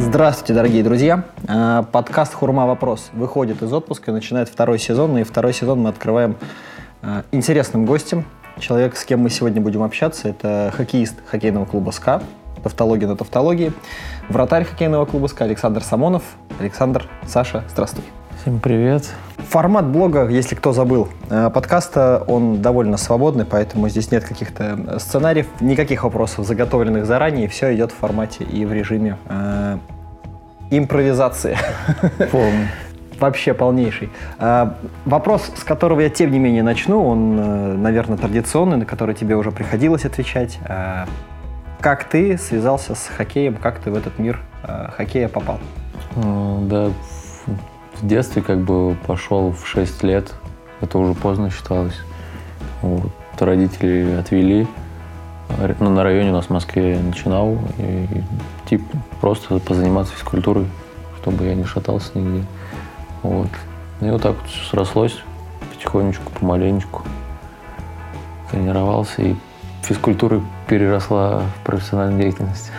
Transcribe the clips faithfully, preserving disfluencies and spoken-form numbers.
Здравствуйте, дорогие друзья. Подкаст «Хурма. Вопрос» выходит из отпуска и начинает второй сезон. И второй сезон мы открываем интересным гостем. Человек, с кем мы сегодня будем общаться, это хоккеист хоккейного клуба «СКА», тавтология на тавтологии, вратарь хоккейного клуба «СКА» Александр Самонов. Александр, Саша, здравствуй. Всем привет. Формат блога, если кто забыл, подкаста, он довольно свободный, поэтому здесь нет каких-то сценариев, никаких вопросов, заготовленных заранее, все идет в формате и в режиме э, импровизации. Полный. Вообще полнейший. Э, вопрос, с которого я тем не менее начну, он, э, наверное, традиционный, на который тебе уже приходилось отвечать. Э, как ты связался с хоккеем, как ты в этот мир э, хоккея попал? Ну, да, в детстве как бы пошел в шесть лет, это уже поздно считалось. Вот. Родители отвели, ну, на районе у нас в Москве я начинал, и, типа, просто позаниматься физкультурой, чтобы я не шатался нигде. Вот. И вот так вот все срослось, потихонечку, помаленечку тренировался, и физкультура переросла в профессиональную деятельность.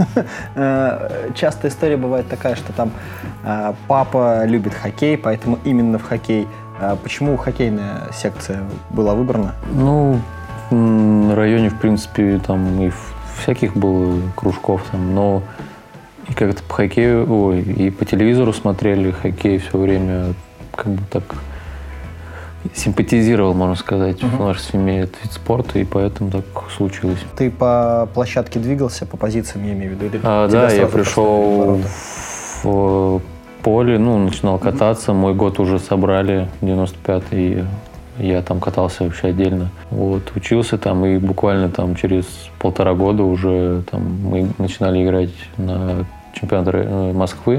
Часто история бывает такая, что там папа любит хоккей, поэтому именно в хоккей. Почему хоккейная секция была выбрана? Ну, на районе, в принципе, там и всяких было кружков, там, но и как-то по хоккею, ой, и по телевизору смотрели хоккей все время, как бы так симпатизировал, можно сказать, uh-huh. в нашей семье этот вид спорта, и поэтому так случилось. Ты по площадке двигался, по позициям, я имею в виду? Или а, да, я пришел в, в поле, ну, начинал кататься. Uh-huh. Мой год уже собрали, девяносто пятый, и я там катался вообще отдельно. Вот, учился там, и буквально там через полтора года уже там мы начинали играть на чемпионат Москвы.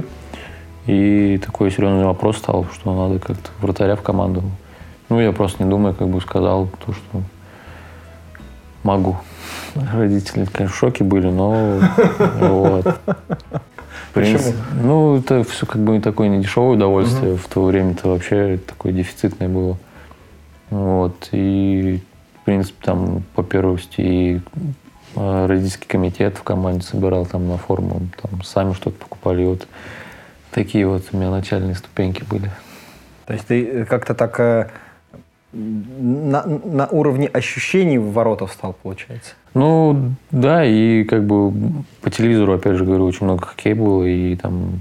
И такой серьезный вопрос стал, что надо как-то вратаря в команду. Ну, я просто не думая, как бы сказал то, что могу. Родители, конечно, в шоке были, но вот. Почему? Ну, это все как бы такое недешевое удовольствие. Угу. В то время-то вообще такое дефицитное было. Вот. И, в принципе, там по первости и родительский комитет в команде собирал там на форму, там сами что-то покупали. И вот такие вот у меня начальные ступеньки были. То есть ты как-то так на, на уровне ощущений в ворота встал, получается? Ну, да, и как бы по телевизору, опять же говорю, очень много хоккея было, и там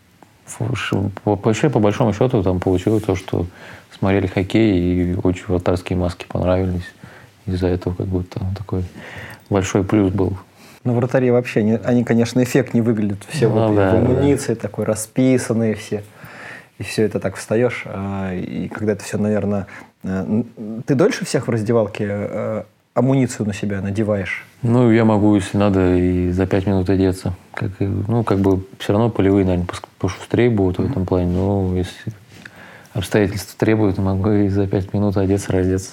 вообще, по большому счету, там получилось то, что смотрели хоккей, и очень вратарские маски понравились. Из-за этого как будто такой большой плюс был. Ну, вратари вообще, они, они, конечно, эффектнее выглядят. Все ну, вот да, в амуниции, да. Такой расписанные все. И все это так встаешь, и когда это все, наверное... Ты дольше всех в раздевалке амуницию на себя надеваешь? Ну, я могу, если надо, и за пять минут одеться. Как, ну, как бы все равно полевые, наверное, пошустрее будут в этом плане. Но если обстоятельства требуют, могу и за пять минут одеться, раздеться.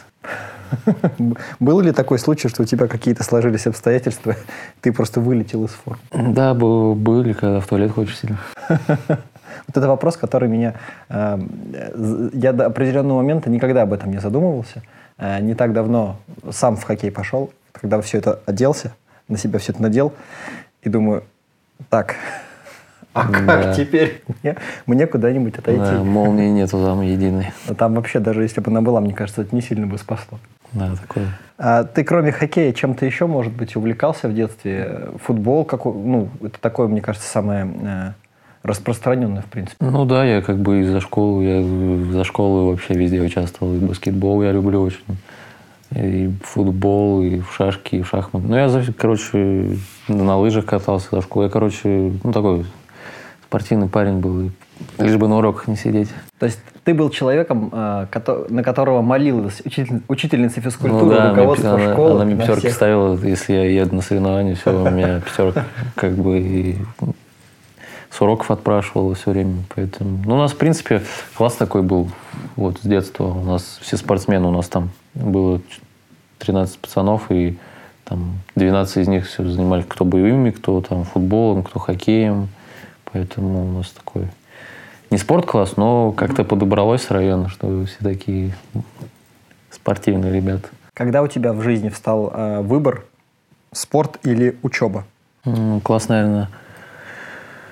Был ли такой случай, что у тебя какие-то сложились обстоятельства, ты просто вылетел из формы? Да, были, когда в туалет хочешь сильно. Вот это вопрос, который меня... Э, я до определенного момента никогда об этом не задумывался. Э, не так давно сам в хоккей пошел, когда все это оделся, на себя все это надел, и думаю, так, а как да. теперь мне, мне куда-нибудь отойти? Да, молнии нету там единой. Но там вообще, даже если бы она была, мне кажется, это не сильно бы спасло. Да, такое. А ты, кроме хоккея, чем-то еще, может быть, увлекался в детстве? Футбол, какой, ну, это такое, мне кажется, самое... Э, распространенная, в принципе. Ну да, я как бы из-за школы, я за школы вообще везде участвовал. И баскетбол я люблю очень, и футбол, и в шашки, и в шахматы. Ну я, короче, на лыжах катался за школу. Я, короче, ну такой спортивный парень был, лишь бы на уроках не сидеть. То есть ты был человеком, на которого молилась учитель, учительница физкультуры, ну, да, руководство она, школы? Она мне пятерки всех ставила, если я еду на соревнования, все, у меня пятерка как бы... И... С уроков отпрашивала все время, поэтому... Ну, у нас, в принципе, класс такой был вот с детства. У нас все спортсмены, у нас там было тринадцать пацанов, и там двенадцать из них все занимались кто боевыми, кто там футболом, кто хоккеем. Поэтому у нас такой... Не спорт-класс, но как-то подобралось с района, что все такие спортивные ребята. Когда у тебя в жизни встал э, выбор, спорт или учеба? Ну, класс, наверное...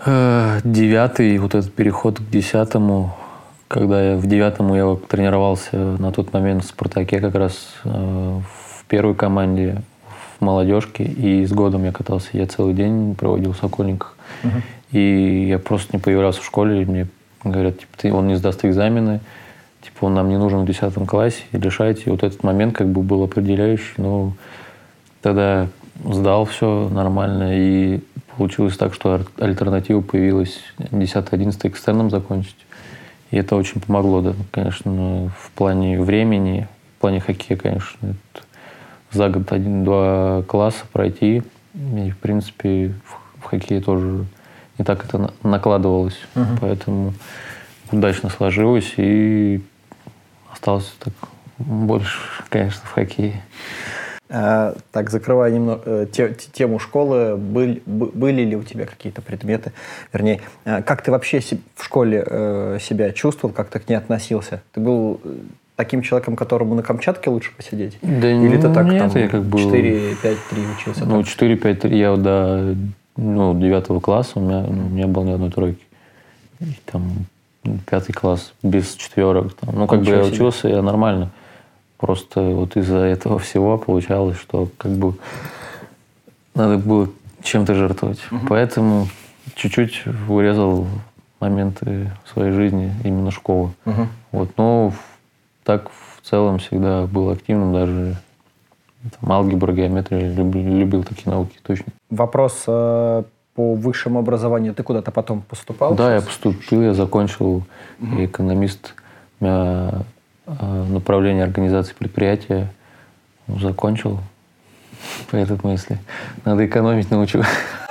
Девятый, вот этот переход к десятому, когда я в девятому я тренировался на тот момент в «Спартаке», как раз в первой команде, в молодежке, и с годом я катался, я целый день проводил в Сокольниках. Угу. И я просто не появлялся в школе, и мне говорят, типа, ты, он не сдаст экзамены, типа, он нам не нужен в десятом классе, и решайте. И вот этот момент как бы был определяющий, но тогда сдал все нормально, и получилось так, что альтернатива появилась десятый-одиннадцатый экстерном закончить. И это очень помогло, да, конечно, в плане времени, в плане хоккея, конечно. Это за год один-два класса пройти, и, в принципе, в, в хоккее тоже не так это накладывалось. Uh-huh. Поэтому удачно сложилось, и остался так больше, конечно, в хоккее. А, так, закрывая немного те, тему школы, были, были ли у тебя какие-то предметы? Вернее, как ты вообще в школе э, себя чувствовал, как ты к ней относился? Ты был таким человеком, которому на Камчатке лучше посидеть? Да Или ты так нет, там я как бы четыре пять три учился? Ну, четыре пять три я до ну, девятого класса, у меня, ну, у меня было ни одной тройки. И, там, пятый класс без четверок. Там. Ну, как Ничего бы я себе. Учился, я нормально. Просто вот из-за этого всего получалось, что как бы надо было чем-то жертвовать. Угу. Поэтому чуть-чуть урезал моменты своей жизни именно школы. Угу. Вот. Но так в целом всегда был активным, даже там, алгебра, геометрия, любил, любил такие науки точно. Вопрос э, по высшему образованию. Ты куда-то потом поступал? Да, сейчас? Я поступил, я закончил угу. экономист. У меня направление организации предприятия закончил. По этой мысли. Надо экономить научу.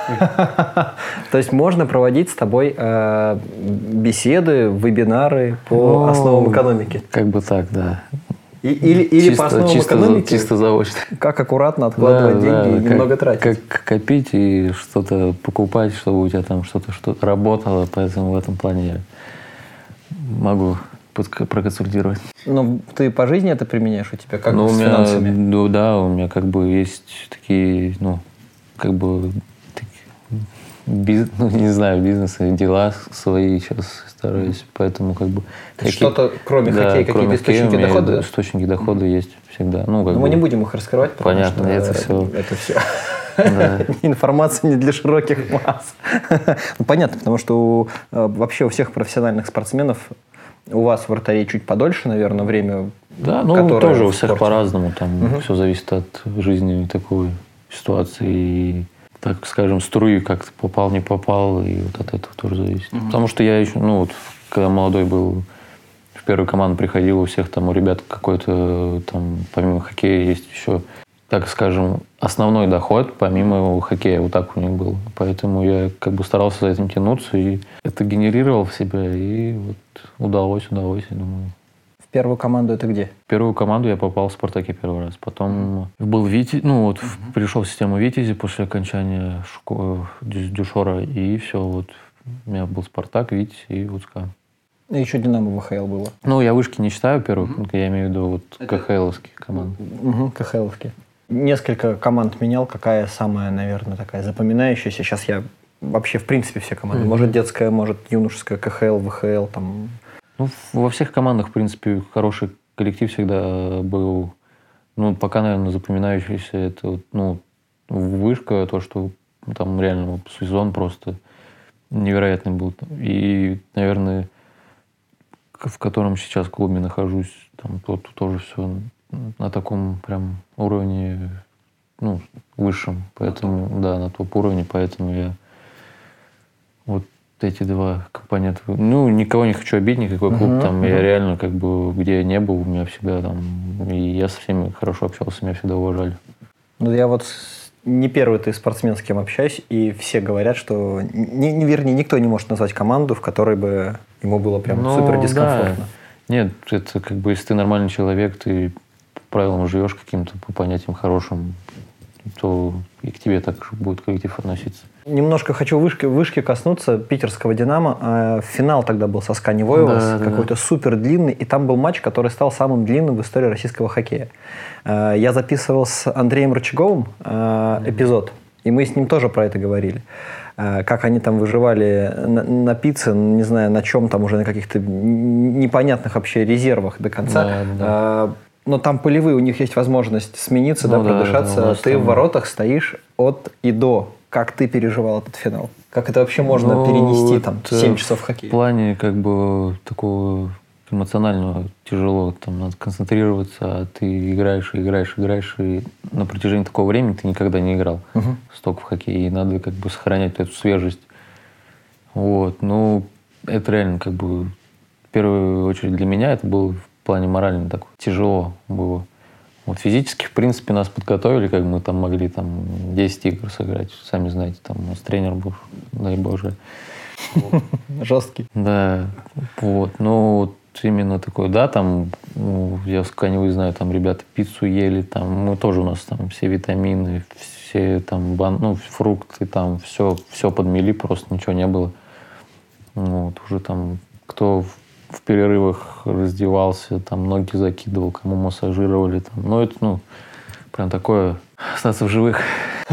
То есть можно проводить с тобой э, беседы, вебинары по ну, основам экономики? Как бы так, да. И, или или чисто, по основам чисто, экономики? Чисто заочно. Как аккуратно откладывать да, деньги да, и как, немного тратить? Как копить и что-то покупать, чтобы у тебя там что-то, что-то работало. Поэтому в этом плане я могу проконсультировать. Ну, ты по жизни это применяешь у тебя, как ну, с у меня, финансами? Ну, да, у меня как бы есть такие, ну, как бы, такие, биз, ну, не знаю, бизнесы, дела свои сейчас стараюсь, поэтому как бы... Какие, что-то, кроме да, хоккея, какие-то источники дохода? Источники дохода есть всегда. Ну, как Но бы, мы не будем их раскрывать, потому понятно, что это все... Это все. Да. Информация не для широких масс. Ну, понятно, потому что вообще у всех профессиональных спортсменов у вас вратарей чуть подольше, наверное, время. Да, ну тоже у всех по-разному. Там угу. все зависит от жизни такой ситуации. И, так скажем, струи как-то попал, не попал, и вот от этого тоже зависит. Угу. Потому что я еще, ну вот, когда молодой был, в первую команду приходил, у всех там, у ребят какой-то там, помимо хоккея, есть еще, так скажем, основной доход, помимо хоккея, вот так у них был. Поэтому я как бы старался за этим тянуться, и это генерировал в себя, и вот удалось, удалось, я думаю. В первую команду это где? В первую команду я попал в «Спартаке» первый раз. Потом mm-hmm. был Витязь, ну вот mm-hmm. пришел в систему Витязи после окончания школы Дюшора, и все, вот у меня был «Спартак», Витязь и УЦКА. И еще «Динамо» в ВХЛ было? Ну, я вышки не считаю первых, mm-hmm. я имею в виду вот это... КХЛовские команды. Mm-hmm. КХЛовские. Несколько команд менял. Какая самая, наверное, такая запоминающаяся? Сейчас я вообще, в принципе, все команды. Mm-hmm. Может, детская, может, юношеская, КХЛ, ВХЛ, там... Ну, во всех командах, в принципе, хороший коллектив всегда был. Ну, пока, наверное, запоминающийся это, вот, ну, вышка, то, что там реально вот, сезон просто невероятный был. И, наверное, в котором сейчас клубе нахожусь, там то, тоже все на таком прям уровне, ну, высшем. Поэтому, да, на топ-уровне, поэтому я вот эти два компонента. Ну, никого не хочу обидеть, никакой клуб. Uh-huh, там uh-huh. Я реально, как бы, где я не был, у меня всегда там... И я со всеми хорошо общался, меня всегда уважали. Ну, я вот не первый ты спортсмен, с кем общаюсь, и все говорят, что... Не, не, вернее, никто не может назвать команду, в которой бы ему было прям ну, супер дискомфортно. Да. Нет, это как бы, если ты нормальный человек, ты по правилам живешь каким-то, по понятиям хорошим, то и к тебе так будет коллектив относиться. Немножко хочу вышки, вышки коснуться питерского «Динамо». Финал тогда был со СКА Невойлос, да, какой-то да. супер длинный. И там был матч, который стал самым длинным в истории российского хоккея. Я записывал с Андреем Рычаговым эпизод. И мы с ним тоже про это говорили. Как они там выживали на, на пицце, не знаю, на чем там уже, на каких-то непонятных вообще резервах до конца. Да, да. Но там полевые, у них есть возможность смениться, ну, да, продышаться. Да, ты там... в воротах стоишь от и до. Как ты переживал этот финал? Как это вообще можно ну, перенести там семь часов хоккея? В плане как бы такого эмоционального тяжело. Там надо концентрироваться, а ты играешь, играешь, играешь, и на протяжении такого времени ты никогда не играл uh-huh. столько в хоккее, и надо как бы сохранять эту свежесть. Вот. Ну, это реально как бы в первую очередь для меня это было в плане морально так тяжело было. Вот физически, в принципе, нас подготовили, как мы там могли там десять игр сыграть. Сами знаете, там у нас тренер был, дай боже. Жесткий. Да, вот. Ну, вот именно такой, да, там, ну, я с Каневой знаю, там ребята пиццу ели, там, мы тоже у нас там все витамины, все там, бан, ну, фрукты, там, все, все подмели, просто ничего не было. Вот, уже там, кто в перерывах раздевался, там, ноги закидывал, кому массажировали, там, ну, это, ну, прям такое, остаться в живых.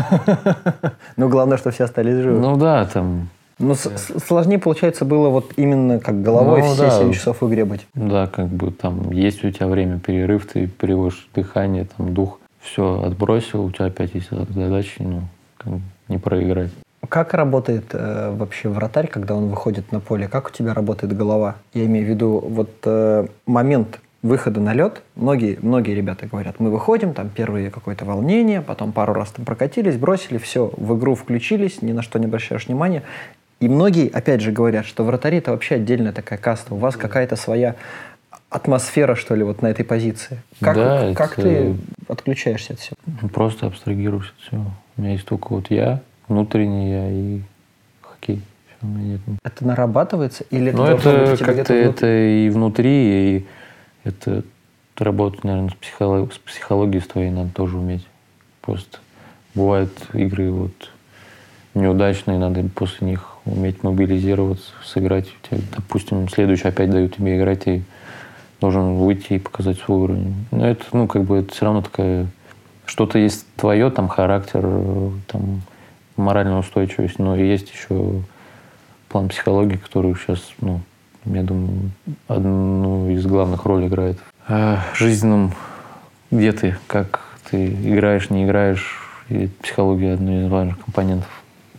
Ну, главное, что все остались живы. Ну, да, там... Ну, сложнее, получается, было вот именно как головой ну, все да. семь часов в игре быть. Да, как бы там есть у тебя время, перерыв, ты переводишь дыхание, там, дух, все отбросил, у тебя опять есть задача, ну, как бы не проиграть. Как работает э, вообще вратарь, когда он выходит на поле? Как у тебя работает голова? Я имею в виду вот э, момент выхода на лед. Многие, многие ребята говорят, мы выходим, там первые какое-то волнение, потом пару раз там прокатились, бросили, все, в игру включились, ни на что не обращаешь внимания. И многие, опять же, говорят, что вратари — это вообще отдельная такая каста. У вас какая-то своя атмосфера, что ли, вот на этой позиции. Как, да, как это... ты отключаешься от всего? Просто абстрагируешься от всего. У меня есть только вот я, внутренний я и хоккей. Все, у меня нет. Это нарабатывается? Или ну, это, это как-то это и внутри, и это работать, наверное, с психологией, с психологией своей надо тоже уметь. Просто бывают игры вот неудачные, надо после них уметь мобилизироваться, сыграть. Допустим, следующий опять дают тебе играть, и должен выйти и показать свой уровень. Но это, ну, как бы, это все равно такая... Что-то есть твое, там, характер, там, моральная устойчивость, но есть еще план психологии, который сейчас, ну, я думаю, одну из главных ролей играет. В жизненном, где ты, как ты играешь, не играешь, и психология одна из важных компонентов.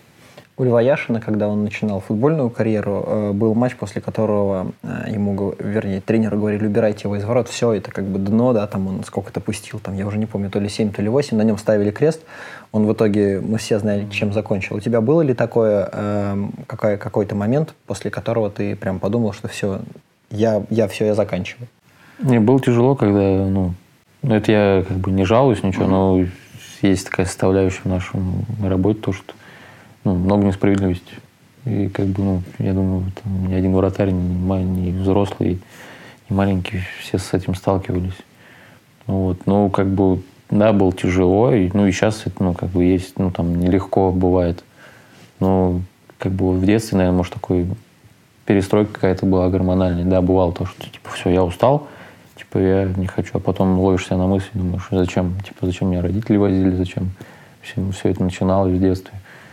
У Льва Яшина, когда он начинал футбольную карьеру, был матч, после которого ему, вернее, тренеру говорили, убирайте его из ворот, все, это как бы дно, да, там он сколько-то пустил, там, я уже не помню, то ли семь, то ли восемь, на нем ставили крест, он в итоге, мы все знали, чем закончил. У тебя было ли такое, э, какой, какой-то момент, после которого ты прям подумал, что все, я, я все, я заканчиваю? Мне было тяжело, когда, ну, это я как бы не жалуюсь, ничего, mm-hmm. но есть такая составляющая в нашем работе, то, что ну, много несправедливости. И как бы, ну, я думаю, там, ни один вратарь, ни, ни взрослый, ни маленький, все с этим сталкивались. Вот. Ну, как бы, да, было тяжело, и, ну, и сейчас это, ну, как бы есть, ну, там, нелегко бывает. Но, как бы, в детстве, наверное, может, такой перестройка какая-то была гормональная. Да, бывало то, что, типа, все, я устал, типа, я не хочу, а потом ловишь себя на мысли, думаешь, зачем, типа, зачем меня родители возили, зачем все, все это начиналось в детстве.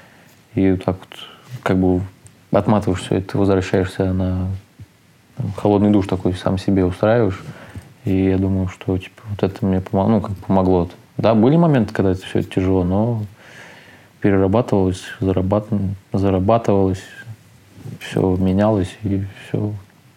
И так вот, как бы, отматываешь все это, возвращаешься на там, холодный душ такой, сам себе устраиваешь. И я думаю, что, типа, вот это мне помогло, ну, как помогло. Да, были моменты, когда это все тяжело, но перерабатывалось, зарабат... зарабатывалось, все менялось, и все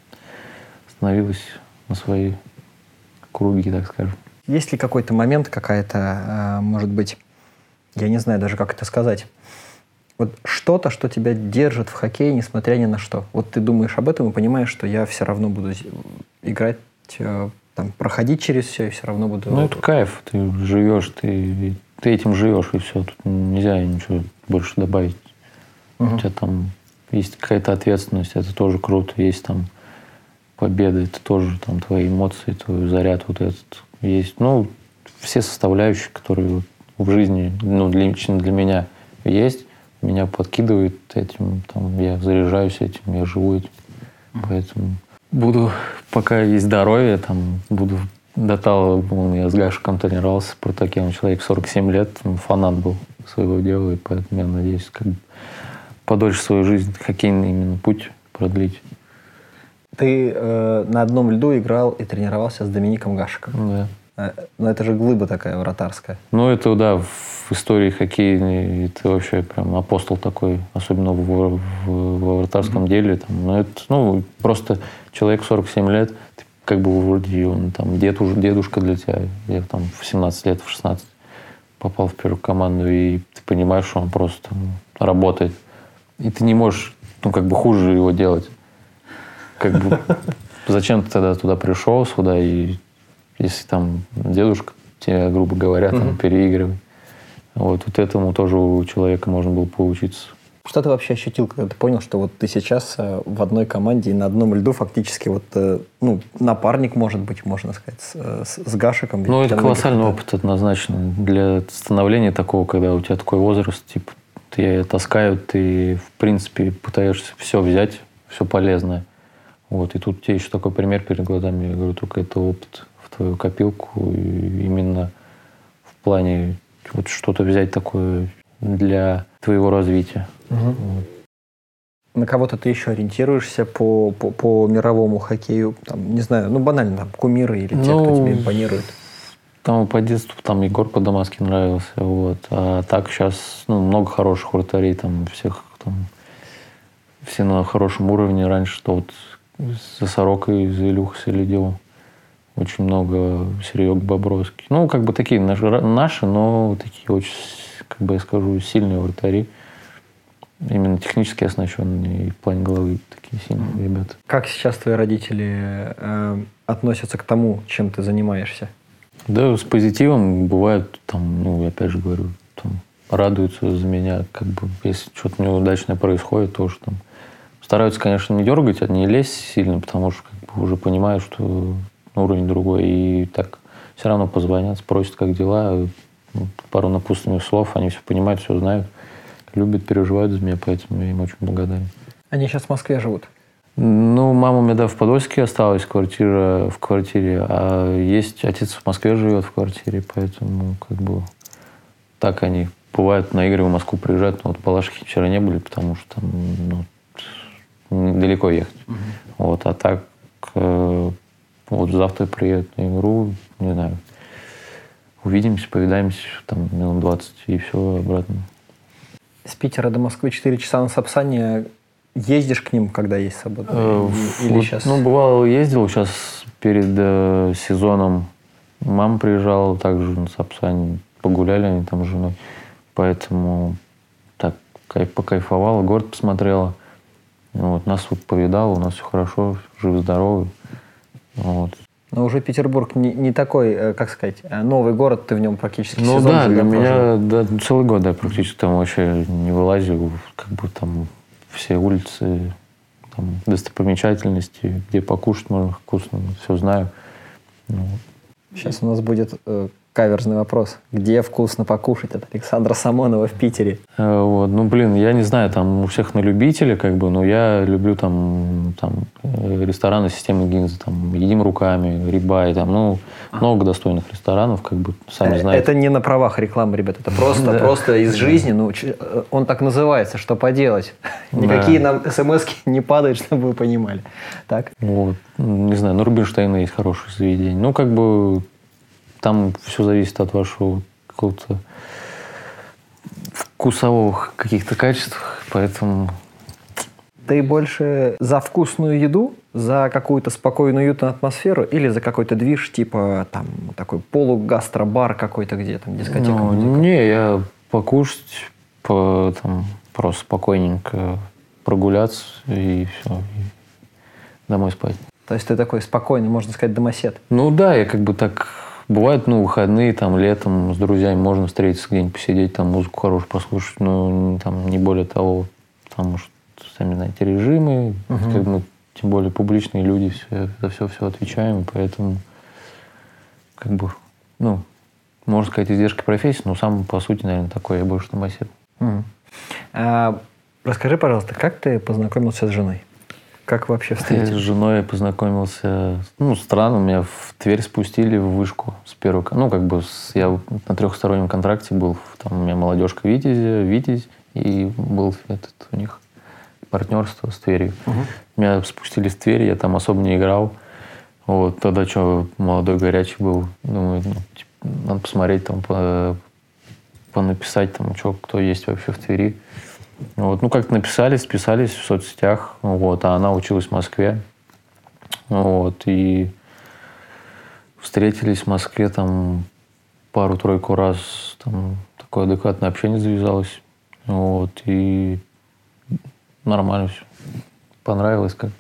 становилось на свои круги, так скажем. Есть ли какой-то момент, какая-то, может быть, я не знаю даже, как это сказать, вот что-то, что тебя держит в хоккее, несмотря ни на что. Вот ты думаешь об этом и понимаешь, что я все равно буду играть, там, проходить через все, и все равно буду... Ну, это кайф. Ты живешь, ты, ты этим живешь, и все. Тут нельзя ничего больше добавить. Uh-huh. У тебя там есть какая-то ответственность, это тоже круто. Есть там победы, это тоже там твои эмоции, твой заряд вот этот есть. Ну, все составляющие, которые в жизни, ну, лично для меня есть, меня подкидывает этим, там, я заряжаюсь этим, я живу этим. Mm-hmm. Поэтому буду, пока есть здоровье, там, буду До того я с Гашиком тренировался в «Спартаке». Он человек сорок семь лет, он фанат был своего дела, и поэтому я надеюсь, как бы подольше свою жизнь, хоккейный именно путь продлить. Ты э, на одном льду играл и тренировался с Домиником Гашиком. Да. Э, но это же глыба такая вратарская. Ну, это, да, в истории хоккейной это вообще прям апостол такой, особенно в, в, в вратарском mm-hmm. деле. Там, ну, это, ну, просто человек сорок семь лет, ты, как бы вроде он там дедуш, дедушка для тебя. Я там в семнадцать лет, в шестнадцать попал в первую команду, и ты понимаешь, что он просто ну, работает. И ты не можешь, ну, как бы хуже его делать. Как бы зачем ты тогда туда пришел, сюда, и если там дедушка тебе, грубо говоря, там, mm-hmm. переигрывай. Вот, вот этому тоже у человека можно было поучиться. Что ты вообще ощутил, когда ты понял, что вот ты сейчас в одной команде и на одном льду фактически вот, ну, напарник, может быть, можно сказать, с, с Гашиком? Ну, это колоссальный опыт однозначно. Для становления такого, когда у тебя такой возраст, типа, тебя таскают, ты, в принципе, пытаешься все взять, все полезное. Вот, и тут у тебя еще такой пример перед глазами. Я говорю, только это опыт в твою копилку. И именно в плане вот что-то взять такое для твоего развития. Угу. Вот. На кого-то ты еще ориентируешься по, по, по мировому хоккею? Там, не знаю, ну банально, там, кумиры или те, ну, кто тебе импонирует? Там по детству там Егор Подомаский нравился. Вот. А так сейчас ну, много хороших вратарей. Там, всех, там, все на хорошем уровне. Раньше что вот за Сорокой, за Илюхой следил. Очень много. Серега Бобровский. Ну, как бы такие наши, наши, но такие очень, как бы я скажу, сильные вратари. Именно технически оснащенные и в плане головы такие сильные mm-hmm. ребята. Как сейчас твои родители э, относятся к тому, чем ты занимаешься? Да, с позитивом. Бывают, там, ну, я опять же говорю, там, радуются за меня. Как бы, если что-то неудачное происходит, тоже там стараются, конечно, не дергать, а не лезть сильно, потому что как бы, уже понимают, что уровень другой. И так все равно позвонят, спросят, как дела. Пару напутственных слов, они все понимают, все знают. Любят, переживают за меня, поэтому я им очень благодарен. Они сейчас в Москве живут? Ну, мама у меня, да, в Подольске осталась, квартира в квартире, а есть отец в Москве живет в квартире, поэтому как бы так они бывают на игры в Москву приезжают, но вот в Балашихе вчера не были, потому что там ну, далеко ехать. Uh-huh. Вот, а так э, вот завтра приедут на игру, не знаю, увидимся, повидаемся, там минут двадцать и все обратно. С Питера до Москвы четыре часа на Сапсане. Ездишь к ним, когда есть свобода? Э, Или вот, сейчас? Ну, бывало, ездил. Сейчас перед э, сезоном мама приезжала также на Сапсане. Погуляли они там с женой. Поэтому так кайф, покайфовала, город посмотрела. Вот, нас вот повидала, у нас все хорошо, живы-здоровы. Вот. Но уже Петербург не, не такой, как сказать, новый город, ты в нем практически ну, сезон да, для меня да, целый год, да, практически там вообще не вылазил, как бы там все улицы, там, достопримечательности, где покушать можно вкусно, все знаю. Ну. Сейчас у нас будет э, каверзный вопрос. Где вкусно покушать от Александра Самонова в Питере? Э, вот, ну, блин, я не знаю, там у всех на любителя, как бы, но я люблю там, там рестораны системы Гинза, там, едим руками, рибай, там, ну, много достойных ресторанов, как бы, сами знаете. Это не на правах рекламы, ребят, это просто, просто из жизни, ну, он так называется, что поделать. Никакие нам смс-ки не падают, чтобы вы понимали. Так? Вот, не знаю, ну, Рубинштейна есть хорошее заведение. Ну, как бы, там все зависит от вашего какого-то вкусовых каких-то качеств, поэтому... Ты больше за вкусную еду, за какую-то спокойную, уютную атмосферу или за какой-то движ, типа там такой полугастробар какой-то, где там дискотека? Ну, не, я покушать, по, там, просто спокойненько прогуляться и все, и домой спать. То есть ты такой спокойный, можно сказать, домосед? Ну да, я как бы так... Бывают, ну, выходные, там, летом с друзьями можно встретиться где-нибудь, посидеть, там, музыку хорошую послушать, но там не более того, потому что, сами знаете, режимы, uh-huh. как мы, тем более публичные люди, все, за все-все отвечаем, поэтому, как бы, ну, можно сказать, издержки профессии, но сам, по сути, наверное, такой, я больше домосед. Uh-huh. А, расскажи, пожалуйста, как ты познакомился с женой? Как вообще Я с встретились? женой познакомился, ну, странно, меня в Тверь спустили в вышку с первого, ну, как бы с- я на трехстороннем контракте был, там у меня молодежка Витязь, Витязь, и был этот у них партнерство с Тверью. Угу. Меня спустили в Тверь, я там особо не играл. Вот, тогда что, молодой, горячий был. Думаю, ну, типа, надо посмотреть, там, по, понаписать, там, что, кто есть вообще в Твери. Вот, ну, как-то написали, списались в соцсетях, вот, а она училась в Москве. Вот, и встретились в Москве, там, пару-тройку раз, там, такое адекватное общение завязалось. Вот, и нормально все. Понравилось как бы.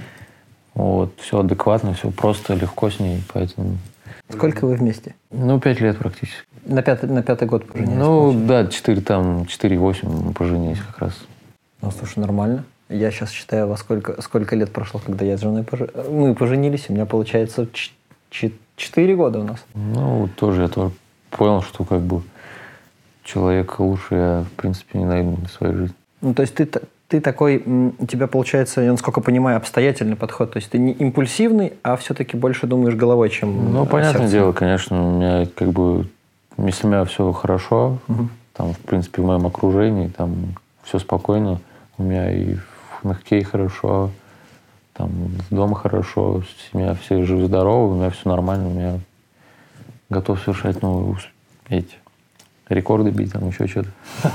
Вот, все адекватно, все просто, легко с ней, поэтому... Сколько вы вместе? Ну, пять лет практически. На пятый, на пятый год поженились? Ну, получается? да, четыре, там, четыре-восемь мы поженились как раз. Ну, слушай, нормально. Я сейчас считаю, во сколько, сколько лет прошло, когда я с женой пожи... мы поженились. У меня получается ч- ч- четыре года у нас. Ну, тоже я тоже понял, что как бы человека лучше я, в принципе, не найду в своей жизни. Ну, то есть ты, т- ты такой, м, у тебя получается, я насколько понимаю, обстоятельный подход. То есть ты не импульсивный, а все-таки больше думаешь головой, чем Ну, э, понятное сердцем. дело, конечно, у меня как бы, если у меня все хорошо, Мгм. там, в принципе, в моем окружении, там, все спокойно, у меня и в хоккее хорошо, там, дома хорошо, семья все живы-здоровы, у меня все нормально, у меня готов совершать новые ус- эти рекорды бить, там, еще что-то.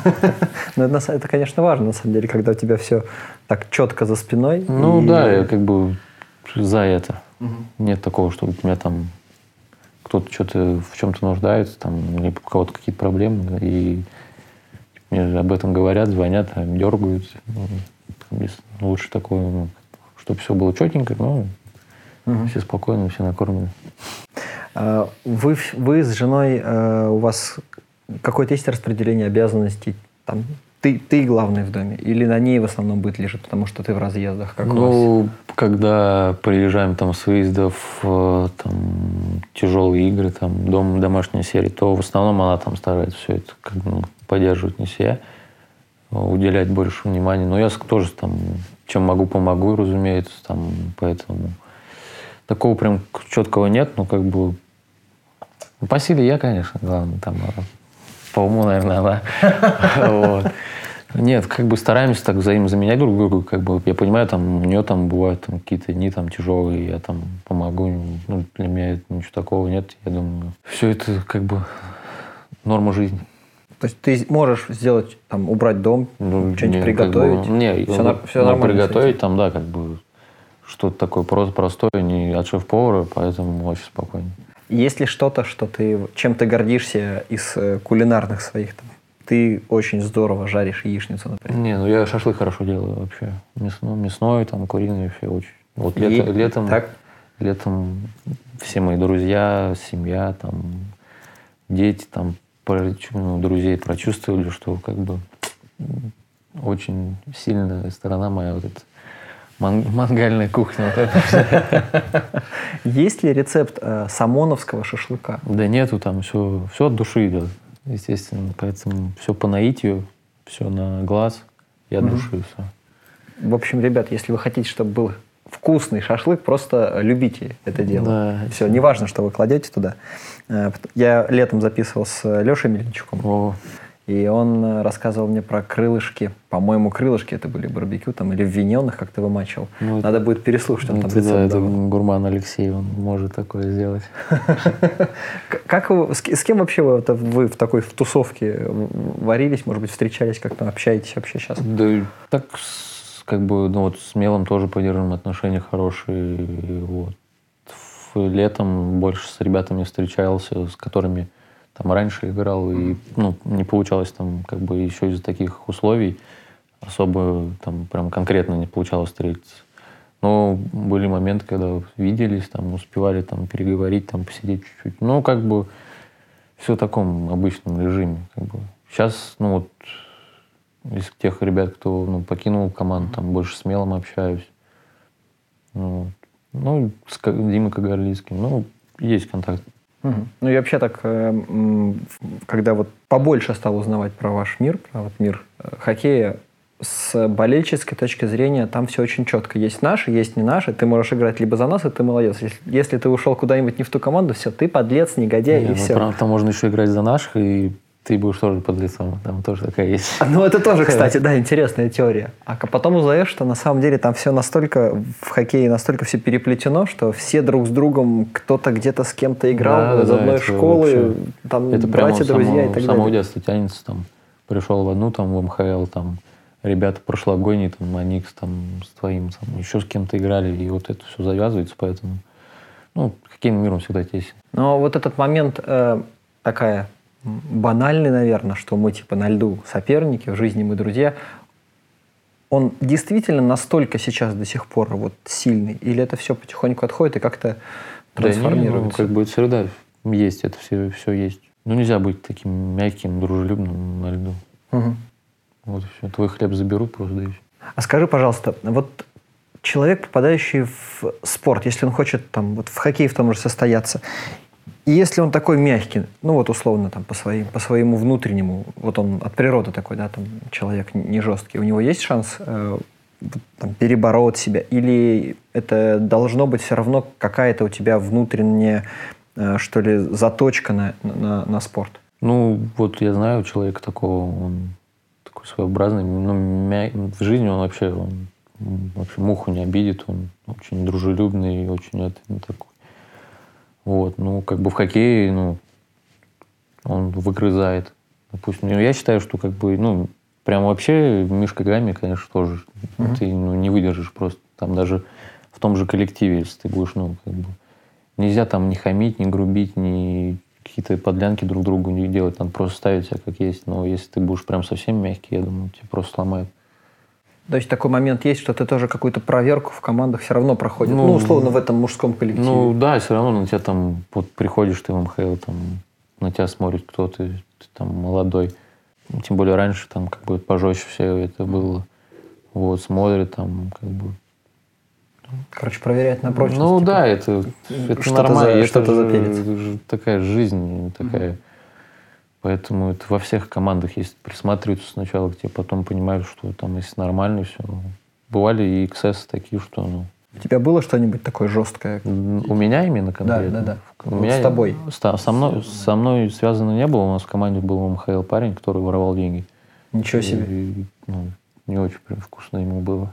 Но это, на са- это, конечно, важно, на самом деле, когда у тебя все так четко за спиной. Ну, и- да, я как бы за это. Нет такого, чтобы у меня там кто-то что-то в чем-то нуждается, там, или у кого-то какие-то проблемы, и мне об этом говорят, звонят, там, дергают. Ну, там, если лучше такое, ну, чтобы все было четенько, ну, Мгм. все спокойно, все накормлены. А, Вы, в- вы с женой, э, у вас какое-то есть распределение обязанностей? Там, ты, ты главный в доме? Или на ней в основном быт лежит, потому что ты в разъездах? Как у вас? Ну, когда приезжаем там с выездов, э, там, тяжелые игры, там, дом, домашняя серия, то в основном она там старается все это как бы, ну, поддерживать, не себя, уделять больше внимания. Но я с- тоже там, чем могу, помогу, разумеется, там, поэтому такого прям четкого нет, но как бы ну, по силе я, конечно, главное, там, а по уму, наверное, она. Вот. Нет, как бы стараемся так взаимозаменять друг друга, как бы, я понимаю, там, у нее там бывают там, какие-то дни там тяжелые, я там помогу, ну, для меня это ничего такого нет, я думаю, все это как бы норма жизни. То есть ты можешь сделать, там, убрать дом, Ну, что-нибудь не, как приготовить? бы, не, Всё ну, нар- всё ну, нормально с приготовить этим? там, да, как бы что-то такое просто простое, не от шеф-повара, поэтому очень спокойно. Есть ли что-то, что ты, чем ты гордишься из э, кулинарных своих? Там? Ты очень здорово жаришь яичницу, например. Не, ну я шашлык хорошо делаю вообще. Мясной, мясной там, куриный вообще очень. Вот лето- И- летом, так? летом все мои друзья, семья, там, дети, там, прочу- ну, друзей прочувствовали, что как бы м, очень сильная сторона моя вот эта ман- мангальная кухня. Вот эта. Есть ли рецепт э, самоновского шашлыка? Да нету, там все, все от души идет, естественно. Поэтому все по наитию, все на глаз и от Мгм. души все. В общем, ребят, если вы хотите, чтобы был вкусный шашлык, просто любите это дело. Да. Все, неважно, что вы кладете туда. Э, пот- Я летом записывал с Лешей Мельничуком, О, и он э, рассказывал мне про крылышки. По-моему, крылышки это были барбекю там, или в виненных, как ты вымачивал. ну, Надо будет переслушать, он это, там да, рецепт это давал. гурман Алексей, он может такое сделать. К- Как вы, с, ки- с кем вообще вы, это вы в такой в тусовке в- варились, может быть, встречались, как-то общаетесь вообще сейчас? Да и так, с- как бы, ну вот с Мелом тоже поддерживаем отношения хорошие. и Вот. В- Летом больше с ребятами встречался, с которыми там раньше играл, и ну, не получалось там как бы еще из-за таких условий особо там прям конкретно не получалось встретиться. Но были моменты, когда виделись, там успевали там переговорить, там посидеть чуть-чуть. Ну, как бы все в таком обычном режиме. Как бы. Сейчас, ну вот, из тех ребят, кто ну, покинул команду, там больше с Мелом общаюсь. Ну, ну с Ка- Димой Кагарлицким, ну, есть контакт. Мгм. Ну и вообще так, э, м, когда вот побольше стал узнавать про ваш мир, про вот мир э, хоккея, с болельческой точки зрения там все очень четко. Есть наши, есть не наши. Ты можешь играть либо за нас, и ты молодец. Если, если ты ушел куда-нибудь не в ту команду, все, ты подлец, негодяй, Не, и ну, все. правда, там можно еще играть за наших, и ты будешь тоже под лицом. Там тоже такая есть. Ну, это тоже, кстати, да, интересная теория. А потом узнаешь, что на самом деле там все настолько, в хоккее настолько все переплетено, что все друг с другом, кто-то где-то с кем-то играл, Да, из да, одной это школы, вообще- там Это прямо братья, с друзья самого, и так с самого далее. детства тянется. Там, пришел в одну, там, в эм ха эл, там, ребята прошлогодние, там, Аникс, там, с твоим, там, еще с кем-то играли, и вот это все завязывается, поэтому, ну, хоккейным миром всегда тесен. Но вот этот момент э, такая банальный, наверное, что мы типа на льду соперники, в жизни мы друзья, он действительно настолько сейчас до сих пор вот сильный, или это все потихоньку отходит и как-то трансформируется? Да, не, ну, как бы это всегда есть, это все, все есть. Ну, нельзя быть таким мягким, дружелюбным на льду. Угу. Вот и все. Твой хлеб заберут просто, и все. А скажи, пожалуйста, вот человек, попадающий в спорт, если он хочет там, вот в хоккей в том же состояться, и если он такой мягкий, ну вот условно там по, своим, по своему внутреннему, вот он от природы такой, да, там человек не жесткий, у него есть шанс э, там, перебороть себя? Или это должно быть все равно какая-то у тебя внутренняя, э, что ли, заточка на, на, на спорт? Ну, вот я знаю человека такого, он такой своеобразный, ну, мя... в жизни он вообще, он, вообще муху не обидит, он очень дружелюбный, очень это, ну, такой. Вот, ну, как бы в хоккее, ну, он выгрызает, допустим. Ну, я считаю, что, как бы, ну, прям вообще Мишка Гамми, конечно, тоже uh-huh. ты, ну, не выдержишь просто. Там даже в том же коллективе, если ты будешь, ну, как бы, нельзя там не хамить, не грубить, не какие-то подлянки друг другу не делать, надо просто ставить себя как есть. Но если ты будешь прям совсем мягкий, я думаю, тебя просто сломает. То есть такой момент есть, что ты тоже какую-то проверку в командах все равно проходишь, ну, ну, условно, в этом мужском коллективе. Ну, да, все равно на тебя там, вот приходишь ты в эм ха эл, там, на тебя смотрит кто-то, ты там молодой. Тем более раньше там как бы пожестче все это было. Вот, смотрят там, как бы. Короче, проверяют на прочность. Ну, типа, да, это, это что-то нормально. За, что-то это за перец. же такая жизнь, такая. Mm-hmm. Поэтому это во всех командах есть. Присматриваются сначала к тебе, потом понимают, что там, если нормально все. Бывали и эксцессы такие, что, ну... У тебя было что-нибудь такое жесткое? У меня именно конкретно? Да, да, да. У вот меня с тобой? Со, со, мной, со мной связано не было. У нас в команде был эм ха эл парень, который воровал деньги. Ничего себе. И, ну, не очень прям вкусно ему было.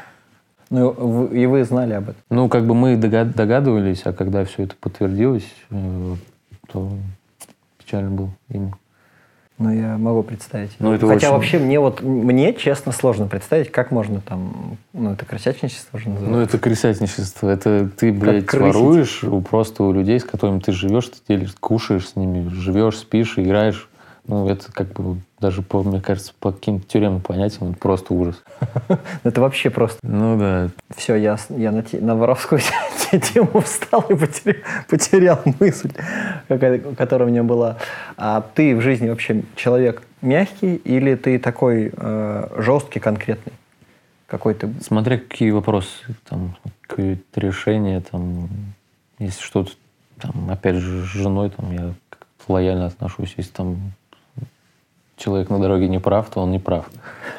Ну, и вы знали об этом? Ну, как бы мы догадывались, а когда все это подтвердилось, то печально было ему. Ну, я могу представить. Ну, это Хотя очень... вообще мне вот, мне, честно, сложно представить, как можно там, ну, это крысятничество же называется. Ну, это крысятничество. Это ты, блядь, воруешь у, просто у людей, с которыми ты живешь, ты делишь, кушаешь с ними, живешь, спишь, играешь. Ну, это как бы даже, по, мне кажется, по каким-то тюремным понятиям это просто ужас. Это вообще просто... Ну, да. Все, я, я на, те, на воровскую тему встал и потерял, потерял мысль, которая у меня была. А ты в жизни вообще человек мягкий или ты такой э, жесткий, конкретный? Какой ты? Смотря какие вопросы, там, какие-то решения, там, если что-то, там, опять же, с женой, там, я лояльно отношусь, если там человек на дороге не прав, то он не прав.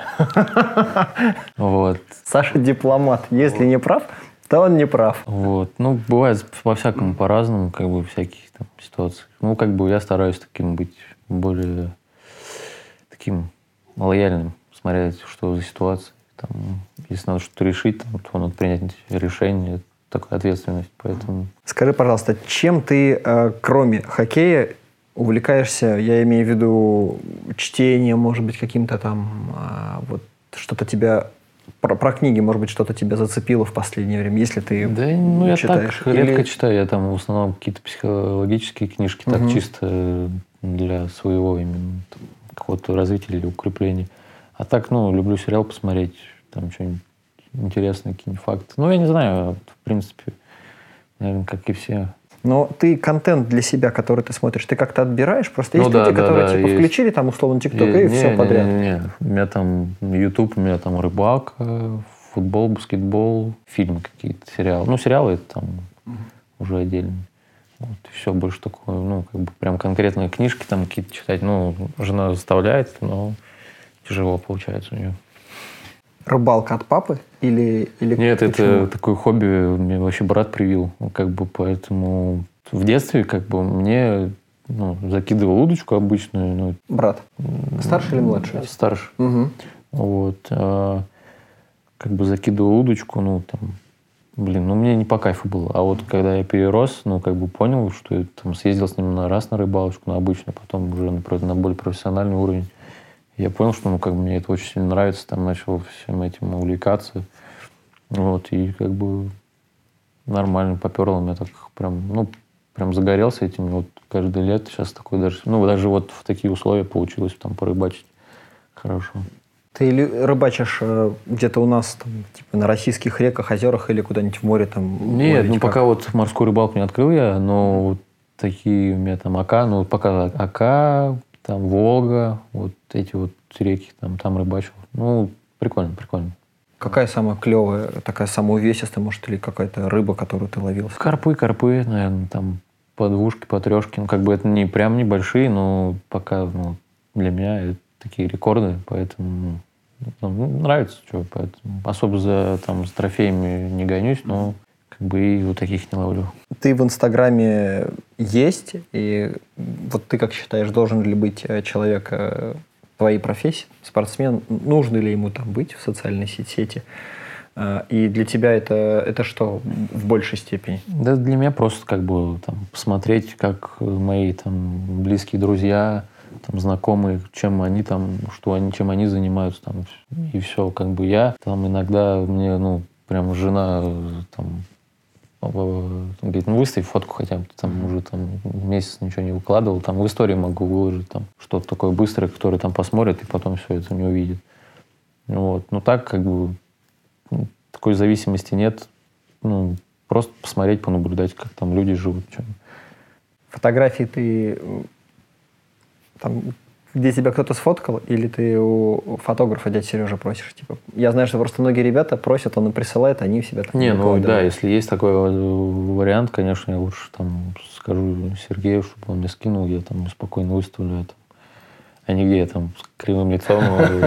Вот. Саша дипломат. Если не прав, то он не прав. Вот. Ну, бывает по-всякому, по-разному, как бы, всякие там ситуации. Ну, как бы я стараюсь таким быть более таким лояльным, смотря что за ситуация. Там, если надо что-то решить, там, то надо принять решение. Такая ответственность, поэтому... Скажи, пожалуйста, чем ты, э, кроме хоккея, увлекаешься, я имею в виду чтение, может быть, каким-то там, а, вот, что-то тебя, про, про книги, может быть, что-то тебя зацепило в последнее время, если ты да, ну, читаешь? Я так Или... редко читаю, я там в основном какие-то психологические книжки, угу. так чисто для своего именно какого-то развития или укрепления. А так, ну, люблю сериал посмотреть, там что-нибудь интересные, какие-нибудь факты. Ну, я не знаю, в принципе, наверное, как и все. Но ты контент для себя, который ты смотришь, ты как-то отбираешь? Просто есть ну, люди, да, которые да, типа есть. включили там условно ТикТок и не, все не, подряд. Не, не, не. У меня там YouTube, у меня там рыбалка, футбол, баскетбол, фильмы какие-то, сериалы. Ну, сериалы это там угу. уже отдельно. Вот, и все, больше такое, ну, как бы прям конкретные книжки там какие-то читать. Ну, жена заставляет, но тяжело получается у нее. рыбалка от папы или... или Нет, почему? это такое хобби мне вообще брат привил. Как бы поэтому в детстве как бы мне ну, закидывал удочку обычную. Ну, брат. Старше или младше? Старше. Угу. Вот. А, как бы закидывал удочку, ну, там, блин, ну, мне не по кайфу было. А вот когда я перерос, ну, как бы понял, что я там съездил с ним на раз на рыбалочку, на обычную, потом уже на, на более профессиональный уровень. Я понял, что, ну, как бы мне это очень сильно нравится, там начал всем этим увлекаться. Вот, и как бы нормально поперло, меня так прям, ну, прям загорелся этим. Вот каждое лето сейчас такой даже, ну, даже вот в такие условия получилось там порыбачить хорошо. Ты рыбачишь где-то у нас, там, типа, на российских реках, озерах или куда-нибудь в море? Там, Нет, ловить, ну, как? пока вот морскую рыбалку не открыл я, но вот такие у меня там Ока, ну, пока Ока, там Волга, вот эти вот реки, там, там рыбачил. Ну, прикольно, прикольно. Какая самая клевая, такая самая увесистая, может, или какая-то рыба, которую ты ловил? Карпы, карпы, наверное, там по двушке, по трешке. Ну, как бы это не прям небольшие, но пока, ну, для меня это такие рекорды, поэтому ну, нравится, что, поэтому особо за, там, с трофеями не гонюсь, но как бы и вот таких не ловлю. Ты в Инстаграме есть, и вот ты как считаешь, должен ли быть человек твоей профессии, спортсмен, нужно ли ему там быть в социальной сети? И для тебя это, это что в большей степени? Да для меня просто как бы там посмотреть, как мои там близкие друзья, там знакомые, чем они там, что они, чем они занимаются там, и все. Как бы я там иногда мне, ну, прям жена там говорит, ну выставь фотку хотя бы, там уже там месяц ничего не выкладывал, там в истории могу выложить там что-то такое быстрое, которое там посмотрит и потом все это не увидит. Вот. Ну так как бы такой зависимости нет. Ну, просто посмотреть, понаблюдать, как там люди живут. Что. Фотографии ты там, где тебя кто-то сфоткал, или ты у фотографа дядя Сережа просишь? Типа, я знаю, что просто многие ребята просят, он им присылает, они у себя там не, ну да, если есть такой вариант, конечно, я лучше там скажу Сергею, чтобы он мне скинул, я там спокойно выставлю это. А не где я там с кривым лицом.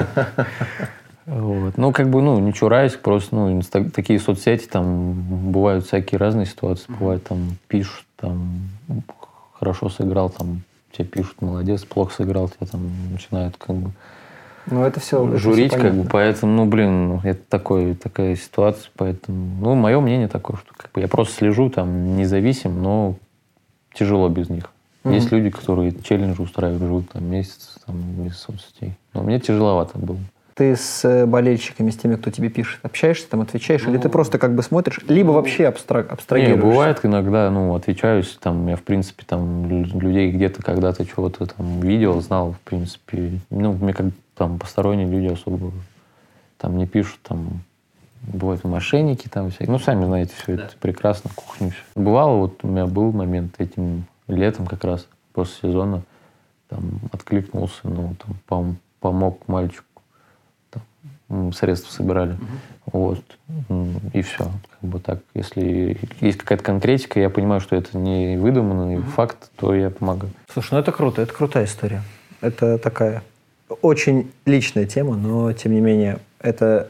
Вот. Ну, как бы, ну, не чураюсь, просто, ну, инста- такие соцсети, там, бывают всякие разные ситуации, mm-hmm. бывает, там, пишут, там, хорошо сыграл, там, тебе пишут, молодец, плохо сыграл, тебя там начинают, как бы, ну, это все, журить, это все как бы, поэтому, ну, блин, это такой, такая ситуация, поэтому, ну, мое мнение такое, что, как бы, я просто слежу, там, независим, но тяжело без них. Mm-hmm. Есть люди, которые челленджи устраивают, живут, там, месяц, там, без соцсетей, но мне тяжеловато было. Ты с болельщиками, с теми, кто тебе пишет, общаешься, там, отвечаешь, ну, или ты просто как бы смотришь, либо вообще абстрак, абстрагируешься? Не, бывает иногда, ну, отвечаюсь, там, я, в принципе, там, людей где-то когда-то чего-то там видел, знал, в принципе, ну, мне как там посторонние люди особо там не пишут, там, бывают мошенники, там, всякие, ну, сами знаете, все да. Это прекрасно, кухню все. Бывало, вот у меня был момент этим летом как раз, после сезона, там, откликнулся, ну, там, пом- помог мальчику. Средства собирали. Uh-huh. Вот. И все. Как бы так. Если есть какая-то конкретика, я понимаю, что это не выдуманный uh-huh. факт, то я помогаю. Слушай, ну это круто, это крутая история. Это такая очень личная тема, но тем не менее, это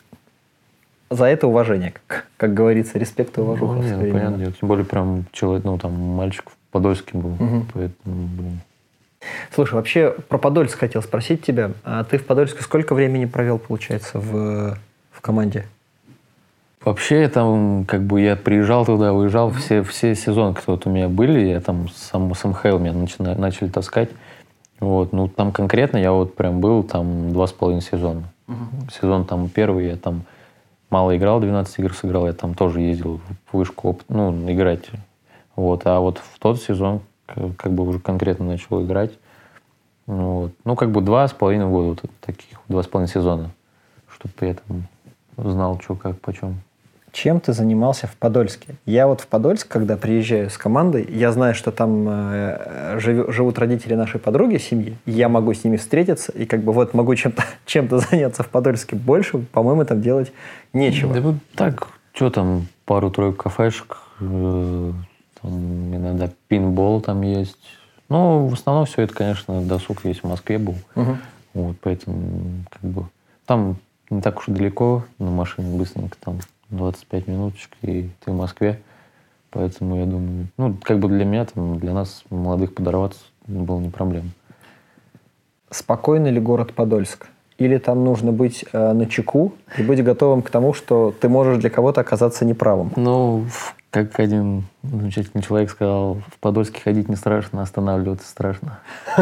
за это уважение, как, как говорится, респект и уважуха. Ну, нет, понятно дело. Тем более прям человек, ну там мальчик в Подольске был, uh-huh. поэтому, блин. Слушай, вообще про Подольск хотел спросить тебя. А ты в Подольске сколько времени провел, получается, в, в команде? Вообще, я там, как бы, я приезжал туда, уезжал. Mm-hmm. Все, все сезоны, которые вот у меня были, я там сам, с эм ха эл меня начали, начали таскать. Вот, ну, там конкретно я вот прям был там два с половиной сезона. Mm-hmm. Сезон там первый, я там мало играл, двенадцать игр сыграл, я там тоже ездил в вышку, опыт, ну, играть. Вот, а вот в тот сезон как бы уже конкретно начал играть. Вот. Ну, как бы два с половиной года, вот таких, два с половиной сезона, чтобы я там знал, что, как, почем. Чем ты занимался в Подольске? Я вот в Подольск, когда приезжаю с командой, я знаю, что там э, жив, живут родители нашей подруги, семьи, я могу с ними встретиться, и как бы вот могу чем-то, чем-то заняться в Подольске. Больше, по-моему, там делать нечего. Да вот так, что там, пару-тройку кафешек, э, там иногда пинбол там есть. Ну, в основном все это, конечно, досуг весь в Москве был. Uh-huh. Вот, поэтому, как бы, там не так уж и далеко, на машине быстренько там двадцать пять минуточек, и ты в Москве. Поэтому я думаю, ну, как бы для меня, там, для нас, молодых, подорваться было не проблема. Спокойный ли город Подольск? Или там нужно быть э, начеку и быть готовым к тому, что ты можешь для кого-то оказаться неправым? Ну, как один замечательный человек сказал, в Подольске ходить не страшно, останавливаться страшно.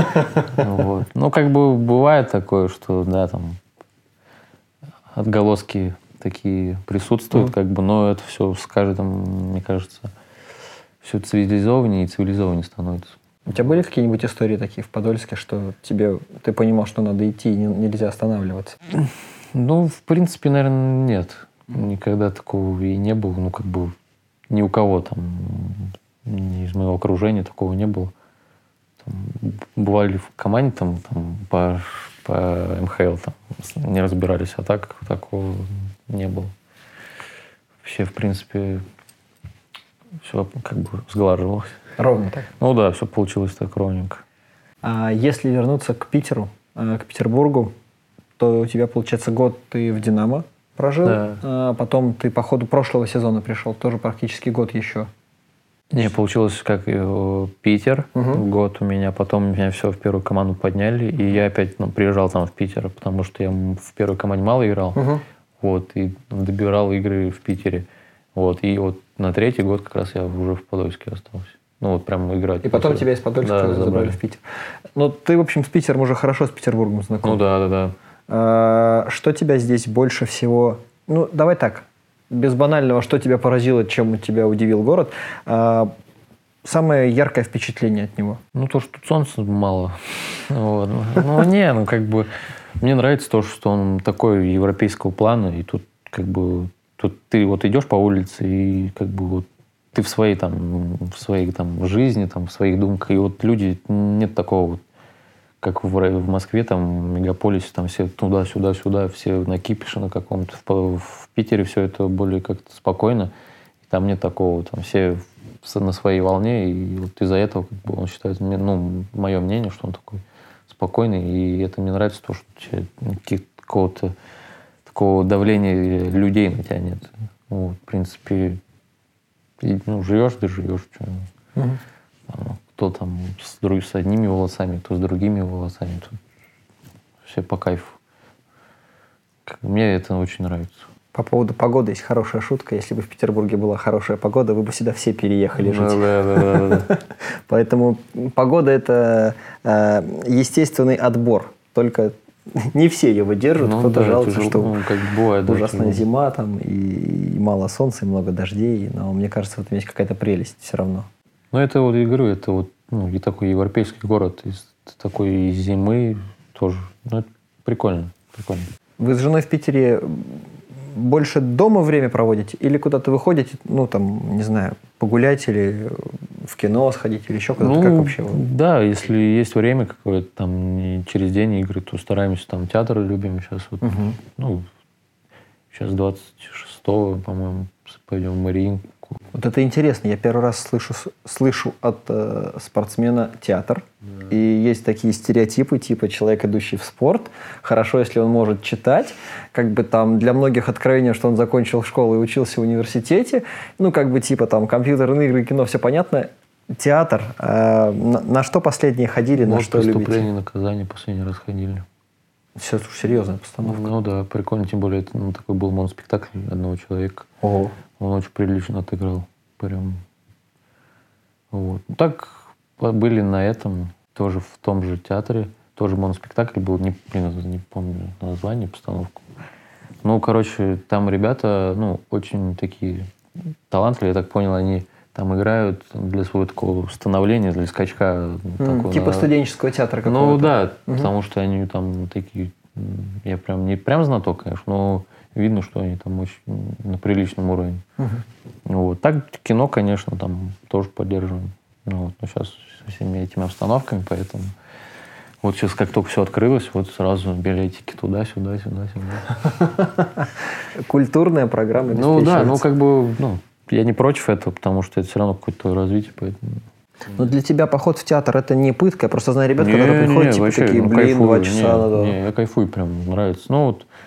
Ну, как бы бывает такое, что, да, там, отголоски такие присутствуют, как бы, но это все с каждым, мне кажется, все цивилизованнее и цивилизованнее становится. У тебя были какие-нибудь истории такие в Подольске, что тебе ты понимал, что надо идти и не, нельзя останавливаться? Ну, в принципе, наверное, нет. Никогда такого и не было. Ну, как бы ни у кого там, ни из моего окружения такого не было. Там, бывали в команде там, там по, по эм ха эл там, не разбирались, а так такого не было. Вообще, в принципе, все как бы сглаживалось. Ровно так? Ну да, все получилось так ровненько. А если вернуться к Питеру, к Петербургу, то у тебя, получается, год ты в «Динамо» прожил, да. А потом ты по ходу прошлого сезона пришел, тоже практически год еще. Не, получилось как Питер, угу. год у меня, потом меня все в первую команду подняли, и я опять ну, приезжал там в Питер, потому что я в первой команде мало играл, угу. вот, и добирал игры в Питере. Вот, и вот на третий год как раз я уже в Подольске остался. Ну, вот прям играть. И потом тебя из Подольска да, забрали. забрали в Питер. Ну, ты, в общем, с Питером уже хорошо с Петербургом знаком. Ну, да, да, да. А, что тебя здесь больше всего... Ну, давай так, без банального, что тебя поразило, чем тебя удивил город. А, самое яркое впечатление от него? Ну, то, что тут солнца мало. Вот. Ну, не, ну, как бы... Мне нравится то, что он такой европейского плана, и тут, как бы... Тут ты вот идешь по улице, и, как бы, вот ты в своей там, в своей там жизни, там, в своих думках, и вот люди, нет такого вот, как в, в Москве, там, в мегаполисе, там все туда-сюда, сюда, все на кипише на каком-то. В, в Питере все это более как-то спокойно, и там нет такого, там все на своей волне, и вот из-за этого, как бы, он считает, ну, мое мнение, что он такой спокойный, и это мне нравится, то, что какого-то такого давления людей на тебя нет. Вот, в принципе, и, ну, живешь, ты живешь. Что, угу. там, кто там с, друг, с одними волосами, кто с другими волосами. Тут все по кайфу. Мне это очень нравится. По поводу погоды есть хорошая шутка. Если бы в Петербурге была хорошая погода, вы бы сюда все переехали жить. Да, да, да, да. Поэтому погода – это естественный отбор. Только не все ее выдержат. Ну, кто-то да, жалуется, тяжело, что ну, как бывает, ужасная да, зима, там, и, и мало солнца, и много дождей. Но мне кажется, в этом есть какая-то прелесть все равно. Ну, это вот, я говорю, это вот ну, и такой европейский город, из такой зимы тоже. Ну, это прикольно, прикольно. Вы с женой в Питере больше дома время проводите или куда-то выходите, ну, там, не знаю, погулять или в кино сходить или еще куда-то? Ну, как вообще? Да, если есть время какое-то, там, не через день игры, то стараемся, там, театр любим сейчас. Вот, угу. Ну, сейчас двадцать шестого, по-моему, пойдем в Мариинку. Вот это интересно. Я первый раз слышу, слышу от э, спортсмена театр. Да. И есть такие стереотипы, типа человек, идущий в спорт. Хорошо, если он может читать. Как бы там для многих откровение, что он закончил школу и учился в университете. Ну, как бы типа там компьютерные игры, кино, все понятно. Театр. Э, на, на что последние ходили, вот на что любите? «Преступление и наказание» последний раз ходили. Все серьезная постановка. Ну да, прикольно. Тем более, это ну, такой был моноспектакль одного человека. Ого. Он очень прилично отыграл. Прям. Вот. Так были на этом, тоже в том же театре. Тоже моноспектакль был, не, не помню название, постановку. Ну, короче, там ребята, ну, очень такие талантливые, я так понял, они там играют для своего такого становления, для скачка. Mm, такого, типа на... студенческого театра какого-то. Ну, да, угу. Потому что они там такие... Я прям не прям знаток, конечно, но видно, что они там очень на приличном уровне. Угу. Вот. Так кино, конечно, там тоже поддерживаем. Ну, вот. Но сейчас со всеми этими обстановками, поэтому... Вот сейчас как только все открылось, вот сразу билетики туда, сюда, сюда, сюда. Культурная программа Ну да, ну как бы... Ну, я не против этого, потому что это все равно какое-то развитие, поэтому... Но для тебя поход в театр — это не пытка? Я просто знаю ребят, не, которые не, приходят, не, типа вообще, такие, ну, блин, кайфую, два часа не, надо... Не, я кайфую, прям нравится. Ну вот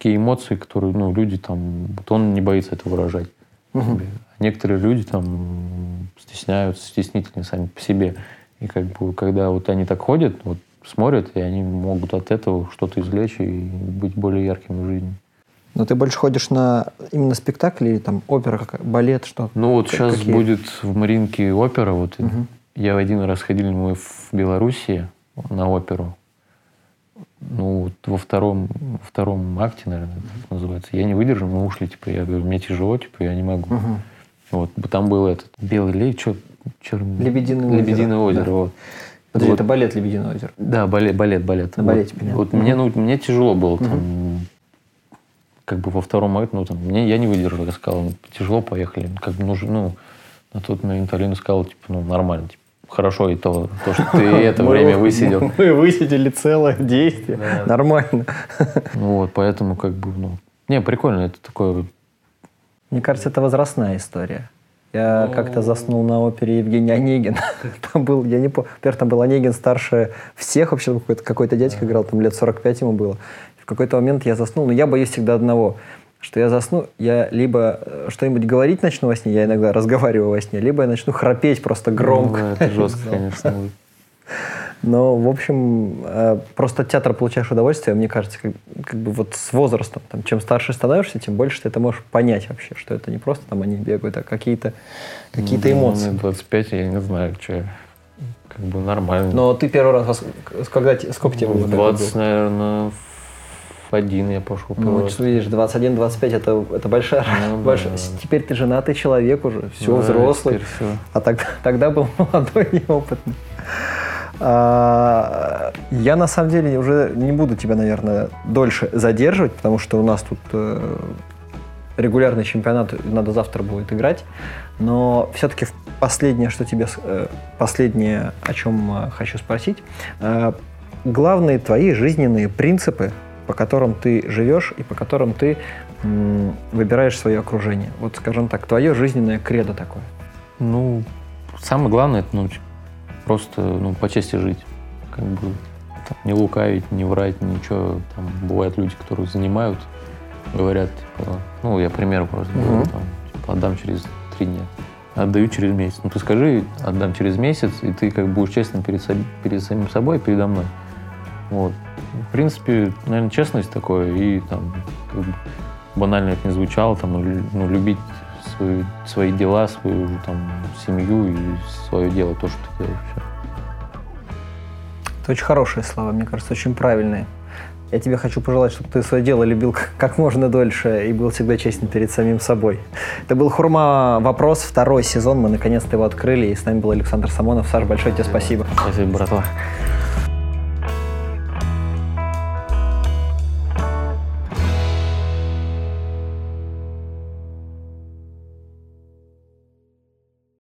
такие эмоции, которые, ну, люди там, вот он не боится это выражать. Угу. Некоторые люди там стесняются, стеснительны сами по себе. И как бы, когда вот они так ходят, вот смотрят, и они могут от этого что-то извлечь и быть более яркими в жизни. Но ты больше ходишь на именно спектакли или там опера, как, балет, что? Ну вот как, сейчас какие? будет в Мариинке опера. Вот угу. я один раз ходил мы в Белоруссии на оперу. Ну, вот во втором, во втором акте, наверное, это называется. Я не выдержал, мы ушли, типа, я говорю, мне тяжело, типа, я не могу. Угу. Вот, там был этот белый лей, что? Чер... Лебединое, Лебединое озеро. Да. Вот. Подожди, вот. Это балет «Лебединое озеро». Да, балет, балет, балет. На вот. балете, понятно. Вот угу. мне, ну, мне тяжело было там, угу. как бы во втором акте, ну, там, мне, я не выдержал, я сказал, ну, тяжело, поехали. Как бы, нужно, ну, на тот момент Алина сказала, типа, ну, нормально, типа, хорошо и то, то что ты это время высидел. Мы высидели целое действие. Да. Нормально. Вот, поэтому как бы, ну... Не, прикольно, это такое... Мне кажется, это возрастная история. Я ну... как-то заснул на опере Евгения Онегина. Там был, я не помню, во-первых, там был Онегин старше всех, вообще какой-то, какой-то дядька играл, там лет сорок пять ему было. В какой-то момент я заснул, но я боюсь всегда одного, что я засну, я либо что-нибудь говорить начну во сне, я иногда разговариваю во сне, либо я начну храпеть просто громко. Ну, это жестко, конечно. Но, в общем, просто от театра получаешь удовольствие, мне кажется, как, как бы вот с возрастом. Там, чем старше становишься, тем больше ты это можешь понять вообще, что это не просто там они бегают, а какие-то, какие-то ну, эмоции. Мне двадцать пять, я не знаю, что как бы нормально. Но ты первый раз, когда, сколько тебе было? двадцать, наверное, в один я пошел. Ну, вот, видишь, двадцать один двадцать пять это, это большая, ну, большая. Да. Теперь ты женатый человек уже, все, да, взрослый. Все. А тогда, тогда был молодой, неопытный. А, я на самом деле уже не буду тебя, наверное, дольше задерживать, потому что у нас тут э, регулярный чемпионат, надо завтра будет играть. Но все-таки последнее, что тебе, э, последнее, о чем э, хочу спросить, э, главные твои жизненные принципы, по которым ты живешь и по которым ты м, выбираешь свое окружение. Вот, скажем так, твое жизненное кредо такое. Ну, самое главное, это ну, просто ну, по чести жить. Как бы там, не лукавить, не врать, ничего. Там бывают люди, которые занимают, говорят, типа, ну, я пример просто uh-huh. говорю, там, типа, отдам через три дня. Отдаю через месяц. Ну, ты скажи, отдам через месяц, и ты как бы будешь честным перед, перед самим собой и передо мной. Вот. В принципе, наверное, честность такое, и там, как бы, банально это не звучало, там, ну, любить свои, свои дела, свою там, семью и свое дело, то, что ты делаешь. Все. Это очень хорошие слова, мне кажется, очень правильные. Я тебе хочу пожелать, чтобы ты свое дело любил как можно дольше и был всегда честен перед самим собой. Это был «Хурма Вопрос», второй сезон. Мы наконец-то его открыли. И с нами был Александр Самонов. Саш, большое тебе спасибо. Спасибо, братва.